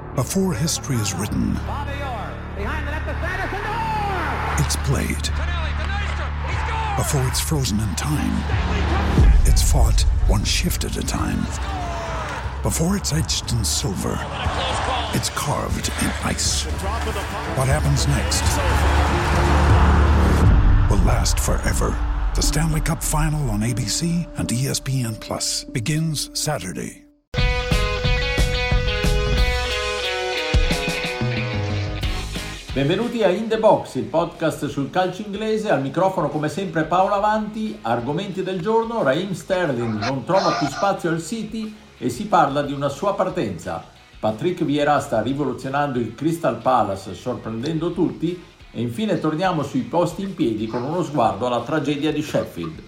Before history is written, it's played. Before it's frozen in time, it's fought one shift at a time. Before it's etched in silver, it's carved in ice. What happens next will last forever. The Stanley Cup Final on ABC and ESPN Plus begins Saturday. Benvenuti a In The Box, il podcast sul calcio inglese. Al microfono come sempre Paolo Avanti. Argomenti del giorno: Raheem Sterling non trova più spazio al City e si parla di una sua partenza. Patrick Vieira sta rivoluzionando il Crystal Palace, sorprendendo tutti. E infine torniamo sui posti in piedi con uno sguardo alla tragedia di Sheffield.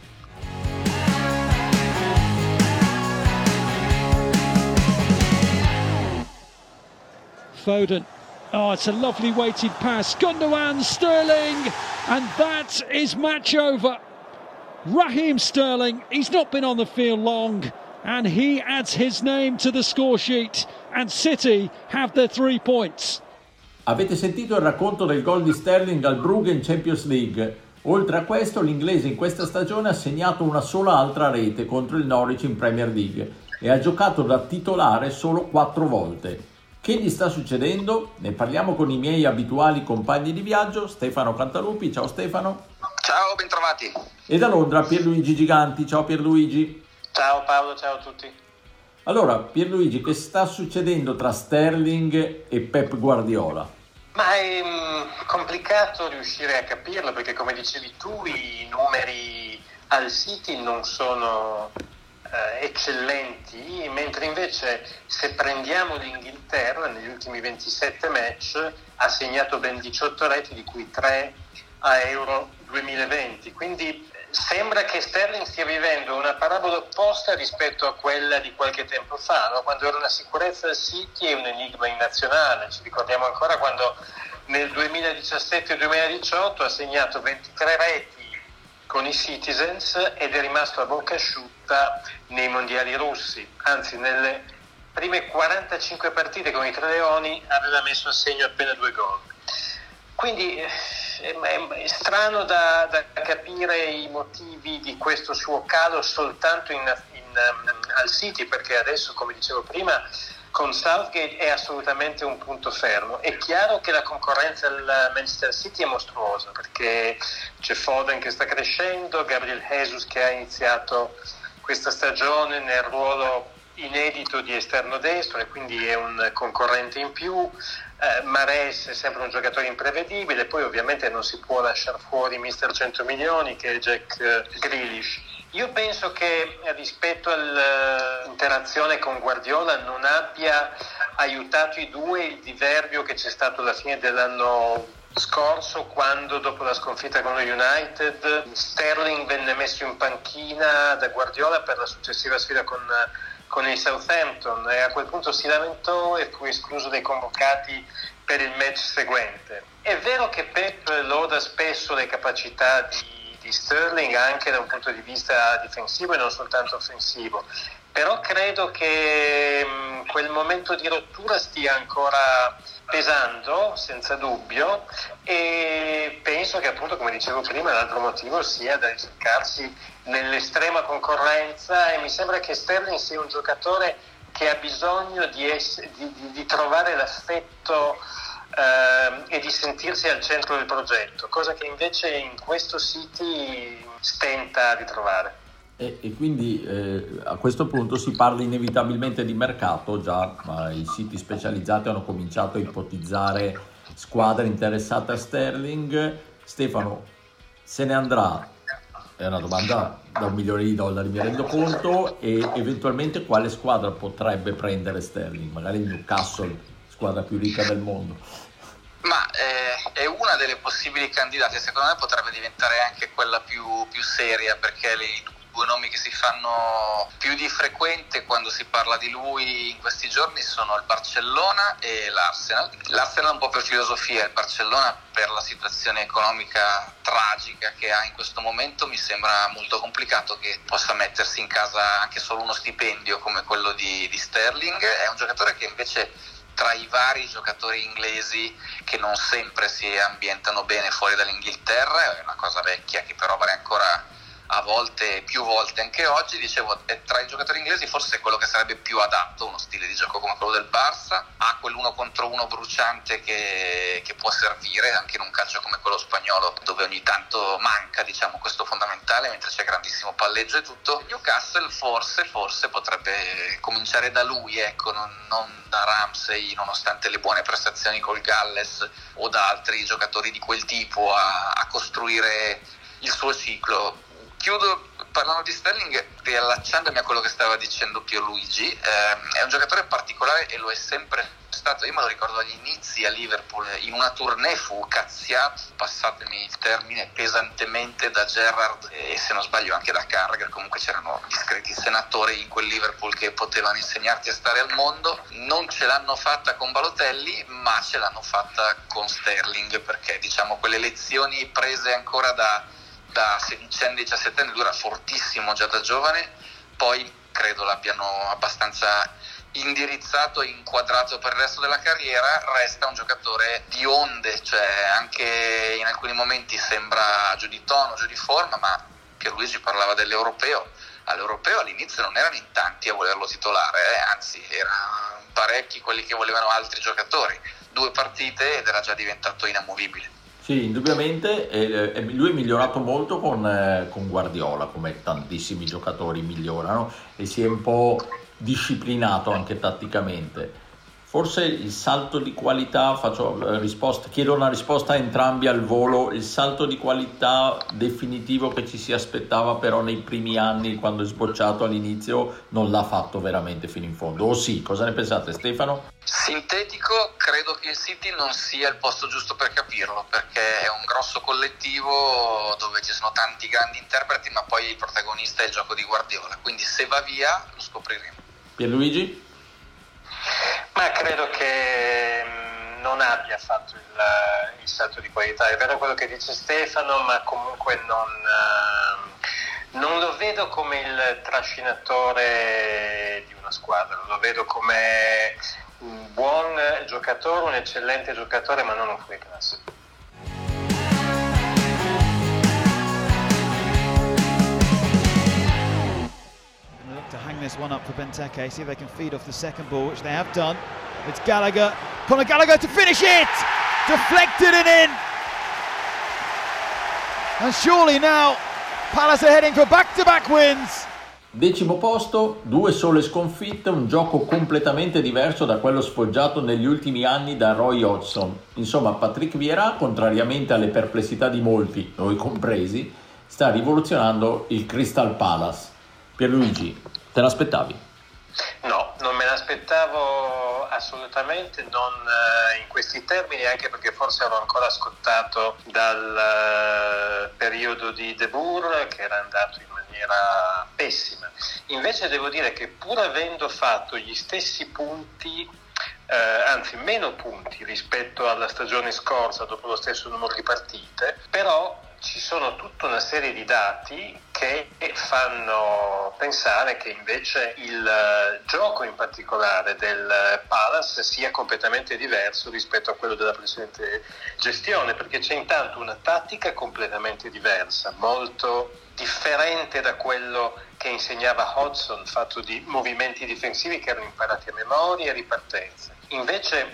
Foden. Oh, it's a lovely weighted pass. Gundogan, Sterling, and that is match over. Raheem Sterling, he's not been on the field long, and he adds his name to the score sheet, and City have their 3 points. Avete sentito il racconto del gol di Sterling al Brugge in Champions League. Oltre a questo, l'inglese in questa stagione ha segnato una sola altra rete contro il Norwich in Premier League e ha giocato da titolare solo 4 volte. Che gli sta succedendo? Ne parliamo con i miei abituali compagni di viaggio, Stefano Cantalupi. Ciao Stefano. Ciao, bentrovati. E da Londra Pierluigi Giganti. Ciao Pierluigi. Ciao Paolo, ciao a tutti. Allora, Pierluigi, che sta succedendo tra Sterling e Pep Guardiola? Ma è complicato riuscire a capirlo perché, come dicevi tu, i numeri al City non sono eccellenti, mentre invece se prendiamo l'Inghilterra negli ultimi 27 match ha segnato ben 18 reti, di cui 3 a Euro 2020, quindi sembra che Sterling stia vivendo una parabola opposta rispetto a quella di qualche tempo fa, no? Quando era una sicurezza al City e un enigma in nazionale. Ci ricordiamo ancora quando nel 2017-2018 ha segnato 23 reti con i Citizens ed è rimasto a bocca asciutta nei mondiali russi, anzi nelle prime 45 partite con i Tre Leoni aveva messo a segno appena 2 gol. Quindi è strano da capire i motivi di questo suo calo soltanto al City, perché adesso, come dicevo prima, con Southgate è assolutamente un punto fermo. È chiaro che la concorrenza al Manchester City è mostruosa, perché c'è Foden che sta crescendo, Gabriel Jesus che ha iniziato questa stagione nel ruolo inedito di esterno destro e quindi è un concorrente in più. Mahrez è sempre un giocatore imprevedibile, poi ovviamente non si può lasciare fuori Mister 100 milioni che è Jack Grealish. Io penso che rispetto all'interazione con Guardiola non abbia aiutato i due il diverbio che c'è stato alla fine dell'anno scorso, quando dopo la sconfitta con lo United Sterling venne messo in panchina da Guardiola per la successiva sfida con il Southampton e a quel punto si lamentò e fu escluso dai convocati per il match seguente. È vero che Pep loda spesso le capacità di Sterling anche da un punto di vista difensivo e non soltanto offensivo, però credo che quel momento di rottura stia ancora pesando senza dubbio, e penso che, appunto, come dicevo prima, l'altro motivo sia da ricercarsi nell'estrema concorrenza, e mi sembra che Sterling sia un giocatore che ha bisogno di trovare l'affetto e di sentirsi al centro del progetto, cosa che invece in questo City stenta di trovare. E quindi a questo punto si parla inevitabilmente di mercato. Già i siti specializzati hanno cominciato a ipotizzare squadre interessate a Sterling. Stefano, se ne andrà? È una domanda da $1 milione, mi rendo conto, e eventualmente quale squadra potrebbe prendere Sterling? Magari il Newcastle, squadra più ricca del mondo. Ma è una delle possibili candidate, secondo me potrebbe diventare anche quella più seria, perché i 2 nomi che si fanno più di frequente quando si parla di lui in questi giorni sono il Barcellona e l'Arsenal. L'Arsenal un po' per filosofia, il Barcellona per la situazione economica tragica che ha in questo momento. Mi sembra molto complicato che possa mettersi in casa anche solo uno stipendio come quello di Sterling. È un giocatore che invece tra i vari giocatori inglesi che non sempre si ambientano bene fuori dall'Inghilterra, è una cosa vecchia che però vale ancora a volte, più volte anche oggi. Dicevo, tra i giocatori inglesi forse è quello che sarebbe più adatto, uno stile di gioco come quello del Barça, ha quell'uno contro uno bruciante che può servire anche in un calcio come quello spagnolo, dove ogni tanto manca, diciamo, questo fondamentale, mentre c'è grandissimo palleggio e tutto. Newcastle forse potrebbe cominciare da lui, ecco, non da Ramsey, nonostante le buone prestazioni col Galles o da altri giocatori di quel tipo, a costruire il suo ciclo. Chiudo parlando di Sterling, riallacciandomi a quello che stava dicendo Pierluigi. È un giocatore particolare e lo è sempre stato. Io me lo ricordo agli inizi a Liverpool, in una tournée fu cazziato, passatemi il termine, pesantemente da Gerrard e, se non sbaglio, anche da Carragher. Comunque c'erano discreti senatori in quel Liverpool che potevano insegnarti a stare al mondo. Non ce l'hanno fatta con Balotelli, ma ce l'hanno fatta con Sterling, perché diciamo quelle lezioni prese ancora da 16 17 lui era fortissimo già da giovane, poi credo l'abbiano abbastanza indirizzato e inquadrato per il resto della carriera. Resta un giocatore di onde, cioè anche in alcuni momenti sembra giù di tono, giù di forma, ma Pierluigi parlava dell'europeo. All'europeo all'inizio non erano in tanti a volerlo titolare, anzi erano parecchi quelli che volevano altri giocatori. 2 partite ed era già diventato inamovibile. Sì, indubbiamente lui è migliorato molto con Guardiola, come tantissimi giocatori migliorano, e si è un po' disciplinato anche tatticamente. Forse il salto di qualità, chiedo una risposta a entrambi al volo, il salto di qualità definitivo che ci si aspettava però nei primi anni, quando è sbocciato all'inizio, non l'ha fatto veramente fino in fondo. O sì, cosa ne pensate, Stefano? Sintetico, credo che il City non sia il posto giusto per capirlo, perché è un grosso collettivo dove ci sono tanti grandi interpreti, ma poi il protagonista è il gioco di Guardiola, quindi se va via lo scopriremo. Pierluigi? Ma credo che non abbia fatto il salto di qualità. È vero quello che dice Stefano, ma comunque non lo vedo come il trascinatore di una squadra, lo vedo come un buon giocatore, un eccellente giocatore, ma non un fuori classe. To hang this one up for Benteke, see if they can feed off the second ball, which they have done. It's Gallagher, Conor Gallagher to finish it! Deflected and in! And surely now Palace are heading for back-to-back wins. 10° posto, 2 sole sconfitte, un gioco completamente diverso da quello sfoggiato negli ultimi anni da Roy Hodgson. Insomma, Patrick Vieira, contrariamente alle perplessità di molti, noi compresi, sta rivoluzionando il Crystal Palace. Pierluigi, te l'aspettavi? No, non me l'aspettavo assolutamente, non in questi termini, anche perché forse ero ancora scottato dal periodo di De Boer, che era andato in maniera pessima. Invece devo dire che, pur avendo fatto gli stessi punti, anzi meno punti rispetto alla stagione scorsa dopo lo stesso numero di partite, però ci sono tutta una serie di dati che fanno pensare che invece il gioco in particolare del Palace sia completamente diverso rispetto a quello della precedente gestione, perché c'è intanto una tattica completamente diversa, molto differente da quello che insegnava Hodgson, fatto di movimenti difensivi che erano imparati a memoria e ripartenze. Invece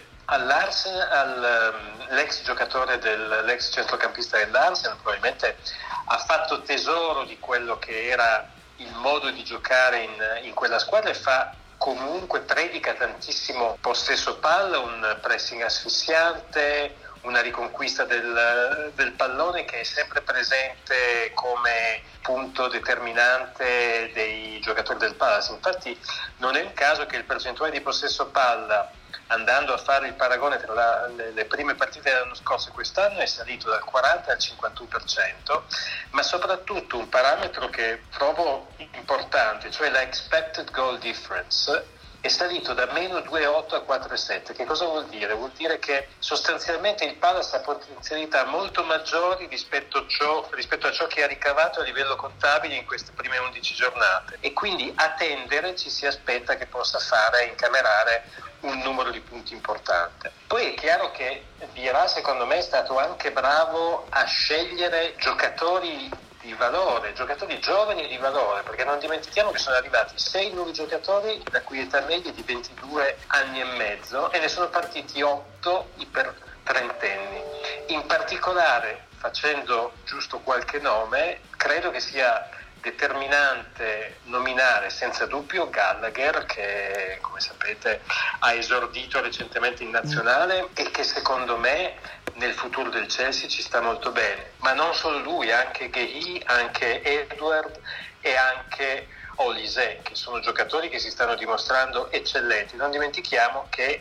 l'ex giocatore l'ex centrocampista dell'Arsenal probabilmente ha fatto tesoro di quello che era il modo di giocare in quella squadra, e comunque predica tantissimo possesso palla, un pressing asfissiante, una riconquista del pallone che è sempre presente come punto determinante dei giocatori del Palace. Infatti non è un caso che il percentuale di possesso palla, andando a fare il paragone tra le prime partite dell'anno scorso e quest'anno, è salito dal 40 al 51%, ma soprattutto un parametro che trovo importante, cioè la expected goal difference, è salito da meno 2,8 a 4,7. Che cosa vuol dire? Vuol dire che sostanzialmente il Palace ha potenzialità molto maggiori rispetto a ciò che ha ricavato a livello contabile in queste prime 11 giornate, e quindi a tendere ci si aspetta che possa incamerare un numero di punti importante. Poi è chiaro che Vieira, secondo me, è stato anche bravo a scegliere giocatori di valore, giocatori giovani e di valore, perché non dimentichiamo che sono arrivati 6 nuovi giocatori la cui età media è di 22 anni e mezzo e ne sono partiti 8 iper trentenni. In particolare, facendo giusto qualche nome, credo che sia determinante nominare senza dubbio Gallagher, che come sapete ha esordito recentemente in nazionale e che secondo me nel futuro del Chelsea ci sta molto bene, ma non solo lui, anche Guéhi, anche Edward e anche Olise, che sono giocatori che si stanno dimostrando eccellenti. Non dimentichiamo che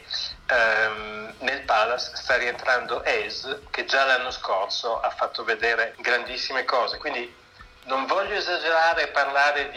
nel Palace sta rientrando Ez, che già l'anno scorso ha fatto vedere grandissime cose, quindi non voglio esagerare e parlare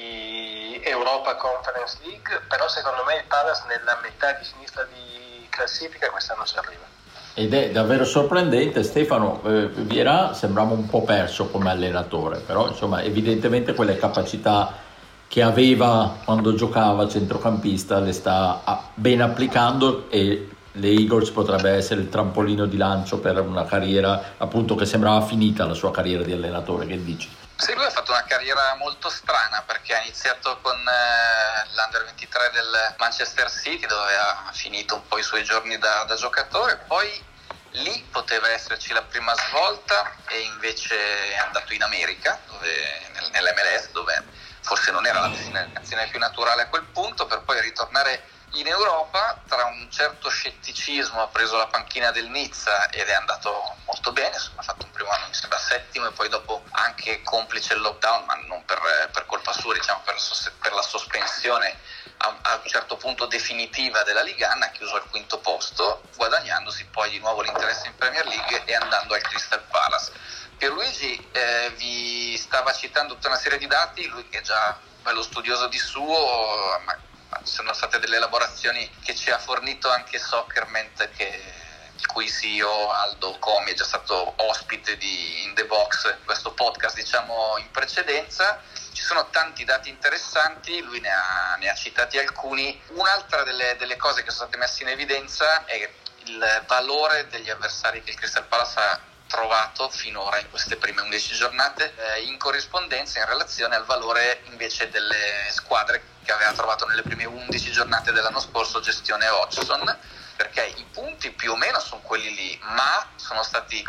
di Europa Conference League, però secondo me il Palace nella metà di sinistra di classifica quest'anno ci arriva. Ed è davvero sorprendente, Stefano. Vieira sembrava un po' perso come allenatore, però insomma evidentemente quelle capacità che aveva quando giocava centrocampista le sta ben applicando, e le Eagles potrebbe essere il trampolino di lancio per una carriera appunto che sembrava finita, la sua carriera di allenatore. Che dici? Sì, lui ha fatto una carriera molto strana, perché ha iniziato con l'Under 23 del Manchester City, dove ha finito un po' i suoi giorni da giocatore, poi lì poteva esserci la prima svolta e invece è andato in America, nell'MLS, dove forse non era la destinazione più naturale a quel punto, per poi ritornare in Europa. Tra un certo scetticismo ha preso la panchina del Nizza ed è andato molto bene, insomma, ha fatto un primo anno mi sembra settimo, e poi dopo, anche complice il lockdown, ma non per colpa sua, diciamo per la sospensione a un certo punto definitiva della Liga 1, ha chiuso al quinto posto, guadagnandosi poi di nuovo l'interesse in Premier League e andando al Crystal Palace. Pierluigi vi stava citando tutta una serie di dati, lui che è già bello studioso di suo, ma sono state delle elaborazioni che ci ha fornito anche Soccerment, il cui CEO Aldo Comi è già stato ospite di In The Box, questo podcast diciamo in precedenza. Ci sono tanti dati interessanti, lui ne ha citati alcuni. Un'altra delle cose che sono state messe in evidenza è il valore degli avversari che il Crystal Palace ha trovato finora in queste prime 11 giornate, in corrispondenza, in relazione al valore invece delle squadre che aveva trovato nelle prime 11 giornate dell'anno scorso, gestione Hodgson, perché i punti più o meno sono quelli lì, ma sono stati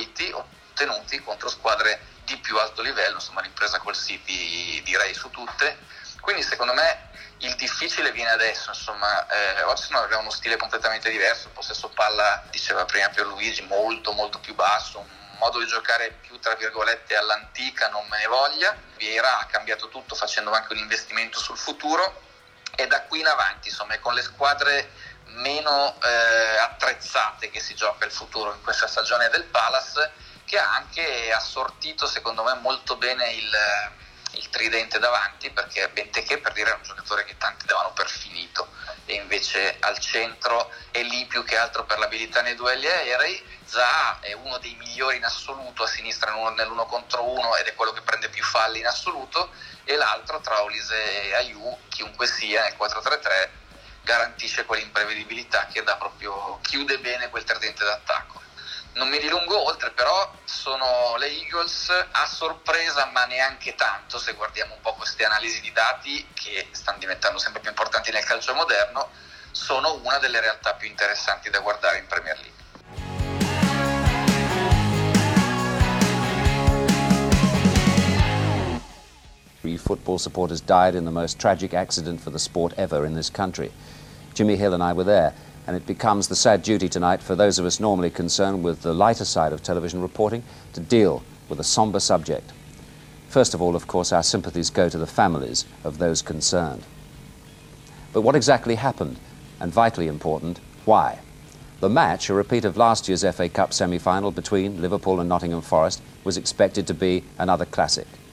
ottenuti contro squadre di più alto livello, insomma l'impresa col City direi su tutte. Quindi secondo me il difficile viene adesso, insomma. Hodgson aveva uno stile completamente diverso, il possesso palla, diceva prima Pierluigi, molto molto più basso, un modo di giocare più tra virgolette all'antica, non me ne voglia. Vieira ha cambiato tutto facendo anche un investimento sul futuro, e da qui in avanti, insomma, è con le squadre meno attrezzate che si gioca il futuro in questa stagione del Palace, che ha anche assortito secondo me molto bene il tridente davanti, perché Benteke, per dire, è un giocatore che tanti davano per finito, e invece al centro è lì più che altro per l'abilità nei duelli aerei. Zaha è uno dei migliori in assoluto a sinistra nell'1 contro 1 ed è quello che prende più falli in assoluto, e l'altro tra Olise e Ayew, chiunque sia nel 4-3-3, garantisce quell'imprevedibilità che chiude bene quel tridente d'attacco. Non mi dilungo oltre, però sono le Eagles a sorpresa, ma neanche tanto, se guardiamo un po' queste analisi di dati che stanno diventando sempre più importanti nel calcio moderno. Sono una delle realtà più interessanti da guardare in Premier League. Three football supporters died in the most tragic accident for the sport ever in this country. Jimmy Hill and I were there. And it becomes the sad duty tonight for those of us normally concerned with the lighter side of television reporting to deal with a somber subject. First of all, of course, our sympathies go to the families of those concerned. But what exactly happened? And vitally important, why? The match, a repeat of last year's FA Cup semi-final between Liverpool and Nottingham Forest, was expected to be another classic.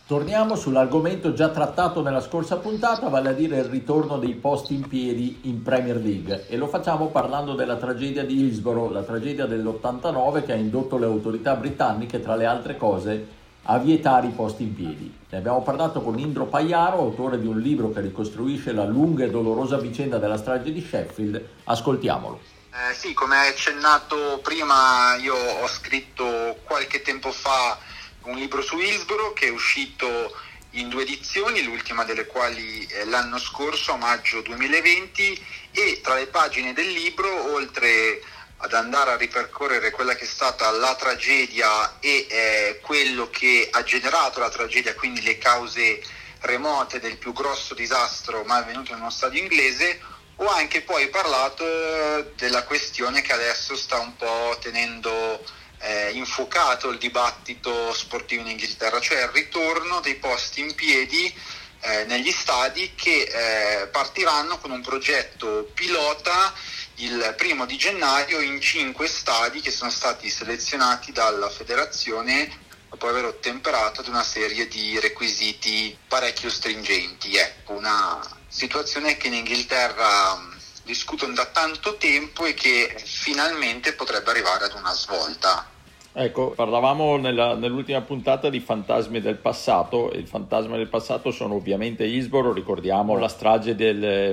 Torniamo sull'argomento già trattato nella scorsa puntata, vale a dire il ritorno dei posti in piedi in Premier League, e lo facciamo parlando della tragedia di Hillsborough, la tragedia dell'89 che ha indotto le autorità britanniche, tra le altre cose, a vietare i posti in piedi. Ne abbiamo parlato con Indro Pagliaro, autore di un libro che ricostruisce la lunga e dolorosa vicenda della strage di Sheffield. Ascoltiamolo. Sì, come hai accennato prima, io ho scritto qualche tempo fa un libro su Hillsborough che è uscito in 2 edizioni, l'ultima delle quali l'anno scorso, a maggio 2020, e tra le pagine del libro, oltre ad andare a ripercorrere quella che è stata la tragedia e quello che ha generato la tragedia, quindi le cause remote del più grosso disastro mai avvenuto in uno stadio inglese, ho anche poi parlato della questione che adesso sta un po' tenendo infuocato il dibattito sportivo in Inghilterra, cioè il ritorno dei posti in piedi negli stadi che partiranno con un progetto pilota il 1 gennaio in 5 stadi che sono stati selezionati dalla federazione dopo aver ottemperato ad una serie di requisiti parecchio stringenti. Ecco, una situazione che in Inghilterra discutono da tanto tempo e che finalmente potrebbe arrivare ad una svolta. Ecco, parlavamo nell'ultima puntata di fantasmi del passato, e il fantasma del passato sono ovviamente Hillsborough. Ricordiamo la strage del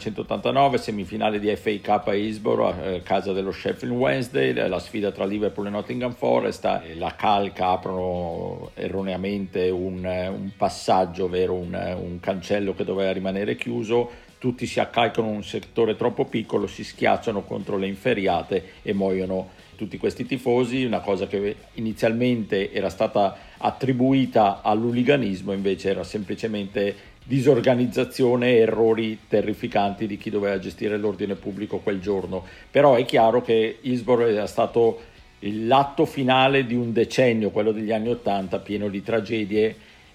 1989, semifinale di FA Cup a Hillsborough, casa dello Sheffield Wednesday, la sfida tra Liverpool e Nottingham Forest. La calca aprono erroneamente un passaggio, ovvero un cancello che doveva rimanere chiuso. Tutti si accalcano in un settore troppo piccolo, si schiacciano contro le inferriate e muoiono tutti questi tifosi, una cosa che inizialmente era stata attribuita all'hooliganismo, invece era semplicemente disorganizzazione e errori terrificanti di chi doveva gestire l'ordine pubblico quel giorno. Però è chiaro che Hillsborough era stato l'atto finale di un decennio, quello degli anni '80, pieno di tragedie.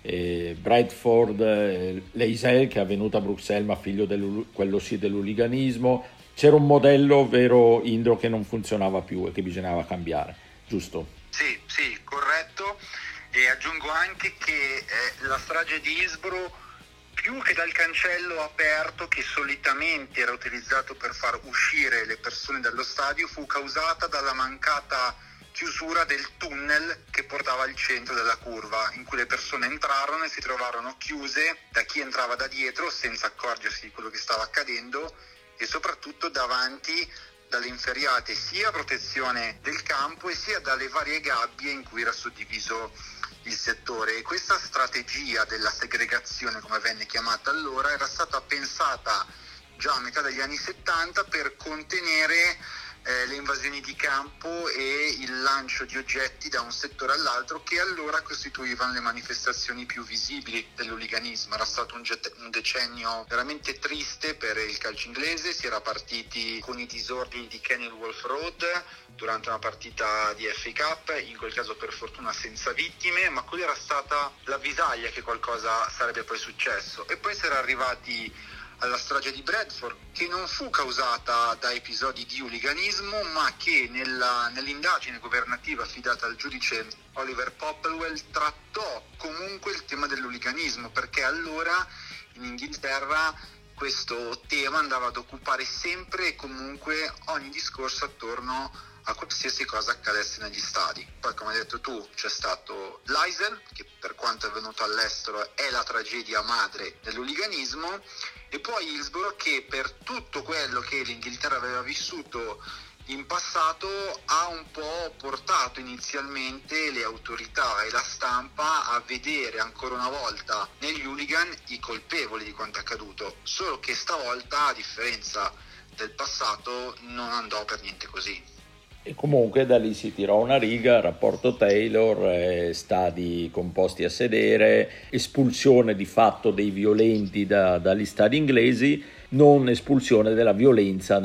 Bradford, Leisel, che è avvenuta a Bruxelles ma figlio quello sì dell'hooliganismo. C'era un modello, ovvero Indro, che non funzionava più e che bisognava cambiare, giusto? Sì, corretto. E aggiungo anche che la strage di Hillsborough, più che dal cancello aperto che solitamente era utilizzato per far uscire le persone dallo stadio, fu causata dalla mancata chiusura del tunnel che portava al centro della curva, in cui le persone entrarono e si trovarono chiuse da chi entrava da dietro senza accorgersi di quello che stava accadendo, e soprattutto davanti dalle inferriate, sia a protezione del campo e sia dalle varie gabbie in cui era suddiviso il settore. E questa strategia della segregazione, come venne chiamata allora, era stata pensata già a metà degli anni 70 per contenere le invasioni di campo e il lancio di oggetti da un settore all'altro, che allora costituivano le manifestazioni più visibili dell'hooliganismo. Era stato un decennio veramente triste per il calcio inglese. Si era partiti con i disordini di Kenilworth Road durante una partita di FA Cup, in quel caso per fortuna senza vittime, ma quella era stata l'avvisaglia che qualcosa sarebbe poi successo. E poi si era arrivati alla strage di Bradford, che non fu causata da episodi di hooliganismo, ma che nell'indagine governativa affidata al giudice Oliver Popplewell trattò comunque il tema dell'hooliganismo, perché allora in Inghilterra questo tema andava ad occupare sempre e comunque ogni discorso attorno a qualsiasi cosa accadesse negli stadi. Poi, come hai detto tu, c'è stato l'Eisel, che per quanto è avvenuto all'estero è la tragedia madre dell'hooliganismo, e poi Hillsborough, che per tutto quello che l'Inghilterra aveva vissuto in passato ha un po' portato inizialmente le autorità e la stampa a vedere ancora una volta negli hooligan i colpevoli di quanto accaduto, solo che stavolta, a differenza del passato, non andò per niente così. E comunque da lì si tirò una riga, rapporto Taylor, stadi composti a sedere, espulsione di fatto dei violenti dagli stadi inglesi, non espulsione della violenza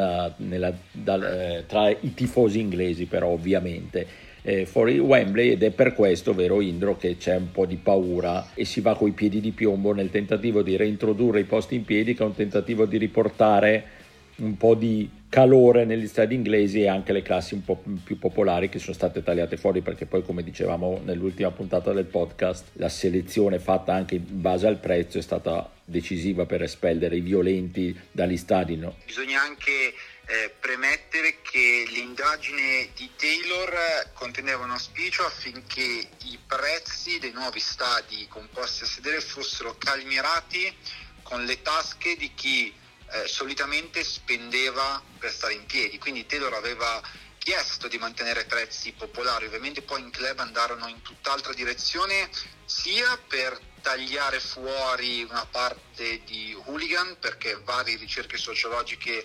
tra i tifosi inglesi, però ovviamente fuori Wembley, ed è per questo, vero Indro, che c'è un po' di paura e si va coi piedi di piombo nel tentativo di reintrodurre i posti in piedi, che è un tentativo di riportare un po' di calore negli stadi inglesi, e anche le classi un po' più popolari che sono state tagliate fuori, perché poi, come dicevamo nell'ultima puntata del podcast, la selezione fatta anche in base al prezzo è stata decisiva per espellere i violenti dagli stadi, no? Bisogna anche premettere che l'indagine di Taylor conteneva un auspicio affinché i prezzi dei nuovi stadi con posti a sedere fossero calmierati con le tasche di chi solitamente spendeva per stare in piedi. Quindi Taylor aveva chiesto di mantenere prezzi popolari. Ovviamente poi in club andarono in tutt'altra direzione, sia per tagliare fuori una parte di hooligan, perché varie ricerche sociologiche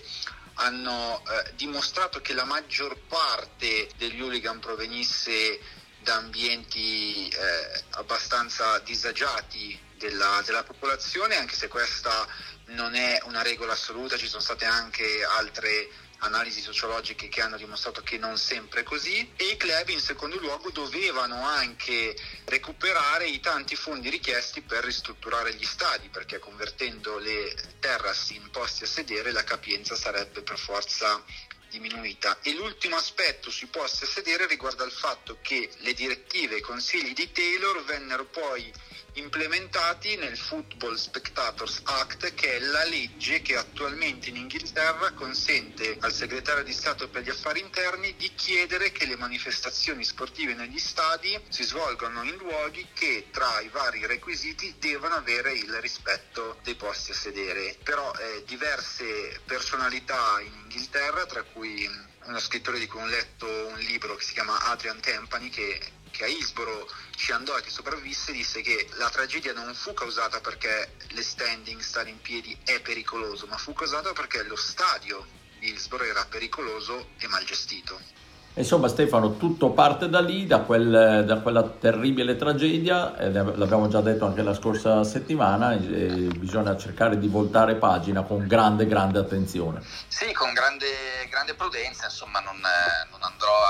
hanno dimostrato che la maggior parte degli hooligan provenisse da ambienti abbastanza disagiati della popolazione, anche se questa non è una regola assoluta. Ci sono state anche altre analisi sociologiche che hanno dimostrato che non sempre è così, e i club in secondo luogo dovevano anche recuperare i tanti fondi richiesti per ristrutturare gli stadi, perché convertendo le terrace in posti a sedere la capienza sarebbe per forza diminuita. E l'ultimo aspetto sui posti a sedere riguarda il fatto che le direttive e i consigli di Taylor vennero poi implementati nel Football Spectators Act, che è la legge che attualmente in Inghilterra consente al segretario di Stato per gli affari interni di chiedere che le manifestazioni sportive negli stadi si svolgano in luoghi che tra i vari requisiti devono avere il rispetto dei posti a sedere. Però diverse personalità in Inghilterra, tra cui uno scrittore di cui ho letto un libro che si chiama Adrian Tempany, che a Hillsborough ci andò e che sopravvisse, disse che la tragedia non fu causata perché stare in piedi è pericoloso, ma fu causata perché lo stadio di Hillsborough era pericoloso e mal gestito. Insomma, Stefano, tutto parte da lì, da quella terribile tragedia, l'abbiamo già detto anche la scorsa settimana, bisogna cercare di voltare pagina con grande attenzione. Sì, con grande prudenza, insomma, non andrò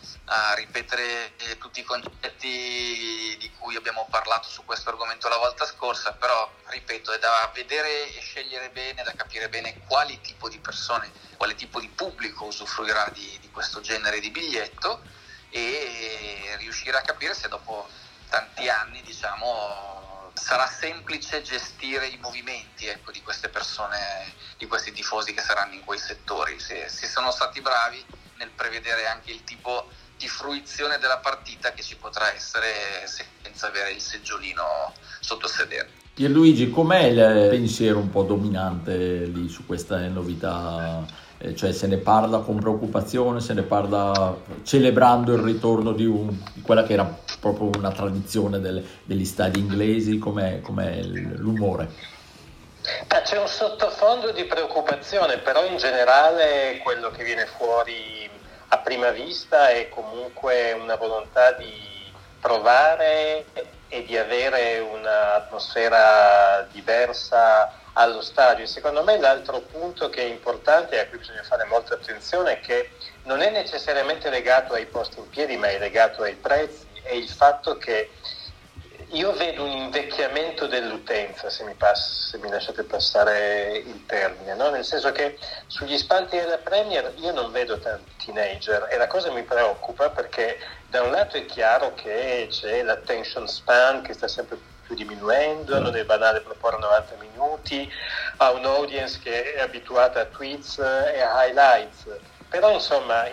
a ripetere tutti i concetti di cui abbiamo parlato su questo argomento la volta scorsa, però ripeto, è da vedere e scegliere bene, da capire bene quali tipo di persone, quale tipo di pubblico usufruirà di questo genere di biglietto, e riuscire a capire se dopo tanti anni, diciamo, sarà semplice gestire i movimenti, ecco, di queste persone, di questi tifosi che saranno in quei settori, se sono stati bravi nel prevedere anche il tipo di fruizione della partita che ci potrà essere senza avere il seggiolino sotto sedere. Pierluigi, com'è il pensiero un po' dominante lì su queste novità? Cioè, se ne parla con preoccupazione, se ne parla celebrando il ritorno di quella che era proprio una tradizione degli stadi inglesi? Com'è l'umore? C'è un sottofondo di preoccupazione, però in generale quello che viene fuori a prima vista è comunque una volontà di provare e di avere un'atmosfera diversa allo stadio. Secondo me l'altro punto che è importante e a cui bisogna fare molta attenzione è che non è necessariamente legato ai posti in piedi, ma è legato ai prezzi, è il fatto che io vedo un invecchiamento dell'utenza, se mi lasciate passare il termine, no? Nel senso che sugli spalti della Premier io non vedo tanti teenager, e la cosa mi preoccupa perché da un lato è chiaro che c'è l'attention span che sta sempre più diminuendo, non è banale proporre 90 minuti a un audience che è abituata a tweets e a highlights, però insomma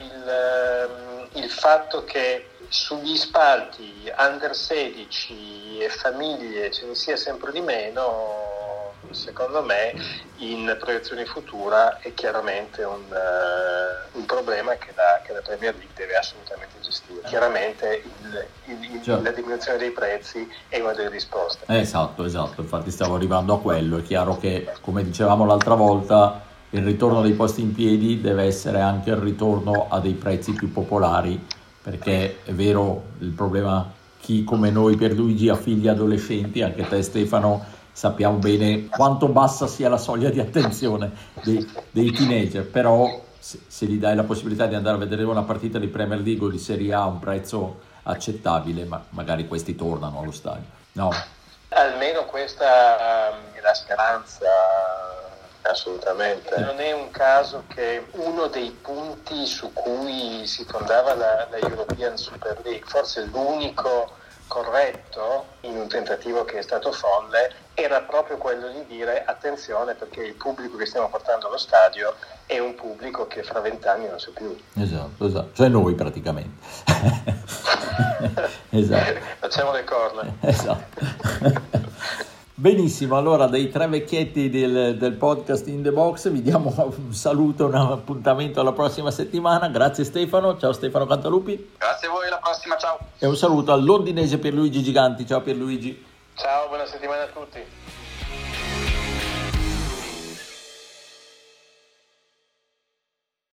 il fatto che sugli spalti under 16 e famiglie ce ne sia sempre di meno, secondo me in proiezione futura è chiaramente un problema che la Premier League deve assolutamente gestire. Chiaramente la diminuzione dei prezzi è una delle risposte. Esatto, infatti stavo arrivando a quello. È chiaro che, come dicevamo l'altra volta, il ritorno dei posti in piedi deve essere anche il ritorno a dei prezzi più popolari, perché è vero, il problema, chi come noi, Pierluigi, ha figli adolescenti, anche te Stefano, sappiamo bene quanto bassa sia la soglia di attenzione dei teenager, però se gli dai la possibilità di andare a vedere una partita di Premier League o di Serie A a un prezzo accettabile, magari questi tornano allo stadio, no? Almeno questa è la speranza Assolutamente. Non è un caso che uno dei punti su cui si fondava la European Super League, forse l'unico corretto in un tentativo che è stato folle, era proprio quello di dire attenzione perché il pubblico che stiamo portando allo stadio è un pubblico che fra 20 anni non c'è più. Esatto, cioè noi praticamente. Esatto. Facciamo le corna. Esatto. Benissimo, allora dei tre vecchietti del podcast In The Box vi diamo un saluto, un appuntamento alla prossima settimana. Grazie Stefano, ciao Stefano Cantalupi. Grazie a voi, alla prossima, ciao. E un saluto al londinese Pierluigi Giganti, ciao Pierluigi. Ciao, buona settimana a tutti.